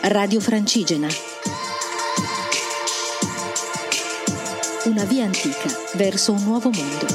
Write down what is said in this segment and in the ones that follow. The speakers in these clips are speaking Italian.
Radio Francigena. Una via antica verso un nuovo mondo.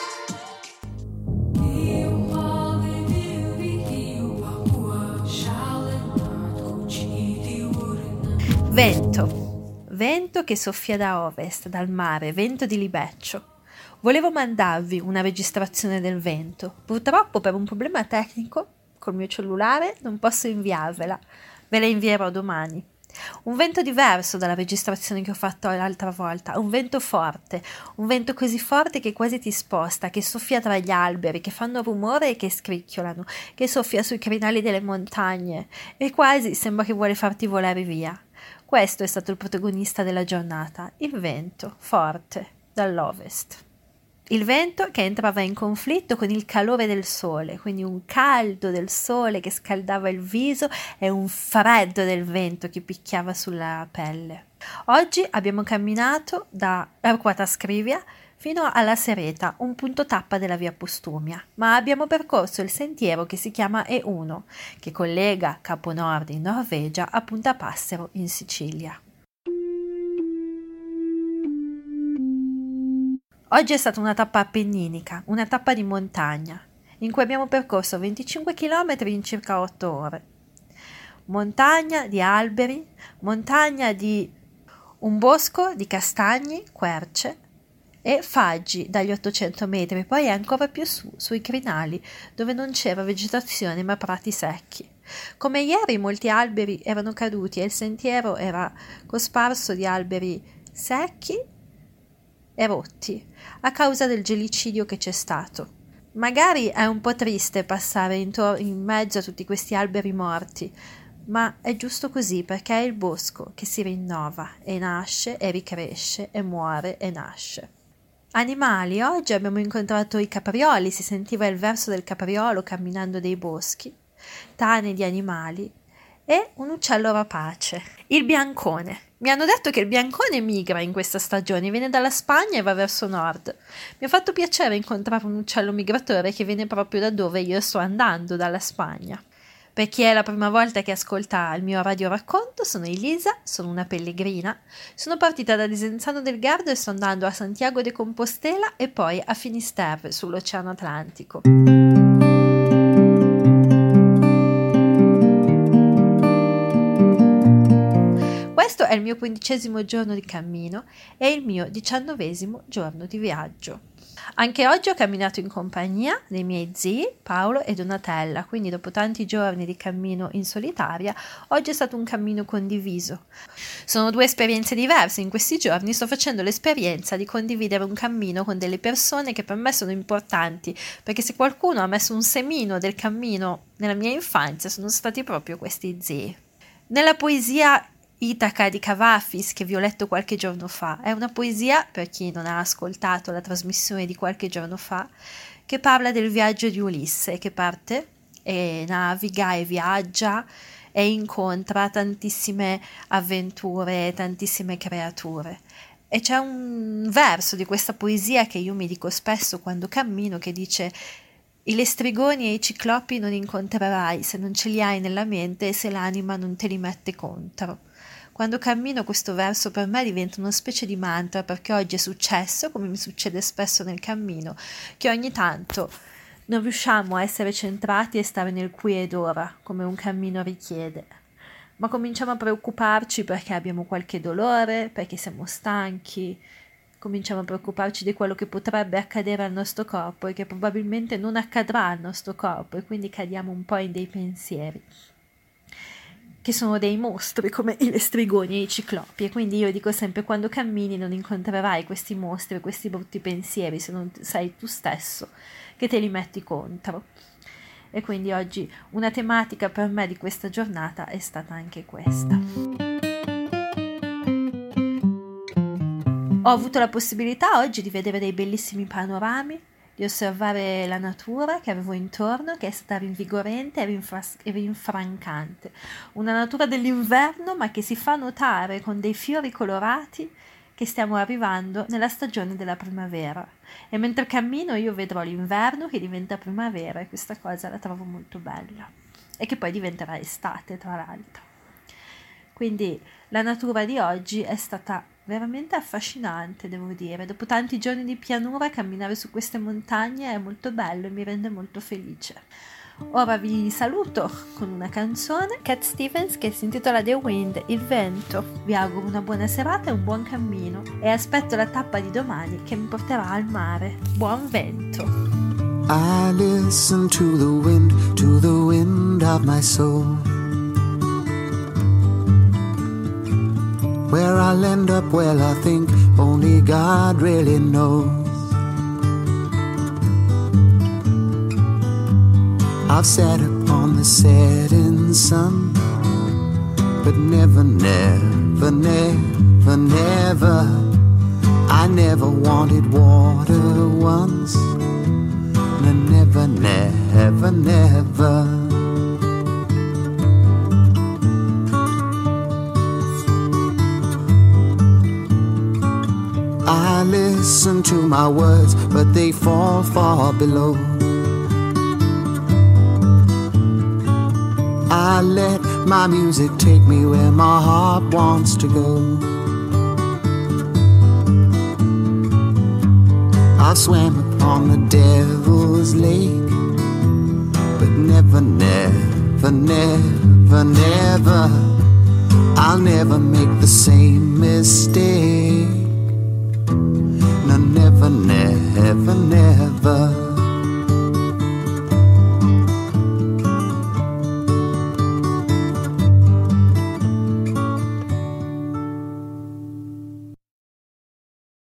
Vento che soffia da ovest, dal mare, vento di libeccio. Volevo mandarvi una registrazione del vento. Purtroppo per un problema tecnico col mio cellulare non posso inviarvela. Ve la invierò domani. Un vento diverso dalla registrazione che ho fatto l'altra volta, un vento forte, un vento così forte che quasi ti sposta, che soffia tra gli alberi, che fanno rumore e che scricchiolano, che soffia sui crinali delle montagne e quasi sembra che vuole farti volare via. Questo è stato il protagonista della giornata, il vento forte dall'ovest. Il vento che entrava in conflitto con il calore del sole, quindi un caldo del sole che scaldava il viso e un freddo del vento che picchiava sulla pelle. Oggi abbiamo camminato da Arquata Scrivia fino alla Sereta, un punto tappa della via Postumia, ma abbiamo percorso il sentiero che si chiama E1, che collega Capo Nord in Norvegia a Punta Passero in Sicilia. Oggi è stata una tappa appenninica, una tappa di montagna, in cui abbiamo percorso 25 km in circa 8 ore. Montagna di alberi, montagna di un bosco di castagni, querce e faggi dagli 800 metri, poi ancora più su, sui crinali, dove non c'era vegetazione ma prati secchi. Come ieri molti alberi erano caduti e il sentiero era cosparso di alberi secchi e rotti a causa del gelicidio che c'è stato. Magari è un po' triste passare in mezzo a tutti questi alberi morti, ma è giusto così perché è il bosco che si rinnova e nasce e ricresce e muore e nasce. Animali, oggi abbiamo incontrato i caprioli, si sentiva il verso del capriolo camminando dei boschi, tane di animali e un uccello rapace, il biancone. Mi hanno detto che il biancone migra in questa stagione, viene dalla Spagna e va verso nord. Mi ha fatto piacere incontrare un uccello migratore che viene proprio da dove io sto andando, dalla Spagna. Per chi è la prima volta che ascolta il mio radioracconto, sono Elisa, sono una pellegrina. Sono partita da Desenzano del Garda e sto andando a Santiago de Compostela e poi a Finisterre sull'Oceano Atlantico. Questo è il mio 15° giorno di cammino e il mio 19° giorno di viaggio. Anche oggi ho camminato in compagnia dei miei zii Paolo e Donatella, quindi dopo tanti giorni di cammino in solitaria, oggi è stato un cammino condiviso. Sono 2 esperienze diverse, in questi giorni sto facendo l'esperienza di condividere un cammino con delle persone che per me sono importanti, perché se qualcuno ha messo un semino del cammino nella mia infanzia sono stati proprio questi zii. Nella poesia Itaca di Cavafis, che vi ho letto qualche giorno fa, è una poesia, per chi non ha ascoltato la trasmissione di qualche giorno fa, che parla del viaggio di Ulisse, che parte e naviga e viaggia e incontra tantissime avventure, tantissime creature. E c'è un verso di questa poesia che io mi dico spesso quando cammino, che dice: i lestrigoni e i ciclopi non incontrerai se non ce li hai nella mente e se l'anima non te li mette contro. Quando cammino questo verso per me diventa una specie di mantra, perché oggi è successo, come mi succede spesso nel cammino, che ogni tanto non riusciamo a essere centrati e stare nel qui ed ora, come un cammino richiede, ma cominciamo a preoccuparci perché abbiamo qualche dolore, perché siamo stanchi, cominciamo a preoccuparci di quello che potrebbe accadere al nostro corpo e che probabilmente non accadrà al nostro corpo, e quindi cadiamo un po' in dei pensieri che sono dei mostri come i lestrigoni e i ciclopi, e quindi io dico sempre: quando cammini non incontrerai questi mostri, questi brutti pensieri, se non sei tu stesso che te li metti contro. E quindi oggi una tematica per me di questa giornata è stata anche questa. Ho avuto la possibilità oggi di vedere dei bellissimi panorami, di osservare la natura che avevo intorno, che è stata rinvigorente e rinfrancante. Una natura dell'inverno, ma che si fa notare con dei fiori colorati che stiamo arrivando nella stagione della primavera. E mentre cammino io vedrò l'inverno che diventa primavera, e questa cosa la trovo molto bella. E che poi diventerà estate, tra l'altro. Quindi la natura di oggi è stata veramente affascinante, devo dire. Dopo tanti giorni di pianura, camminare su queste montagne è molto bello e mi rende molto felice. Ora vi saluto con una canzone, Cat Stevens, che si intitola The Wind, il vento. Vi auguro una buona serata e un buon cammino e aspetto la tappa di domani che mi porterà al mare. Buon vento. I listen to the wind of my soul. Where I'll end up, well, I think only God really knows. I've sat upon the setting sun, but never, never, never, never, I never wanted water once. Never, never, never. I listen to my words, but they fall far below. I let my music take me where my heart wants to go. I swam upon the devil's lake, but never, never, never, never, I'll never make the same mistake. No, never, never, never.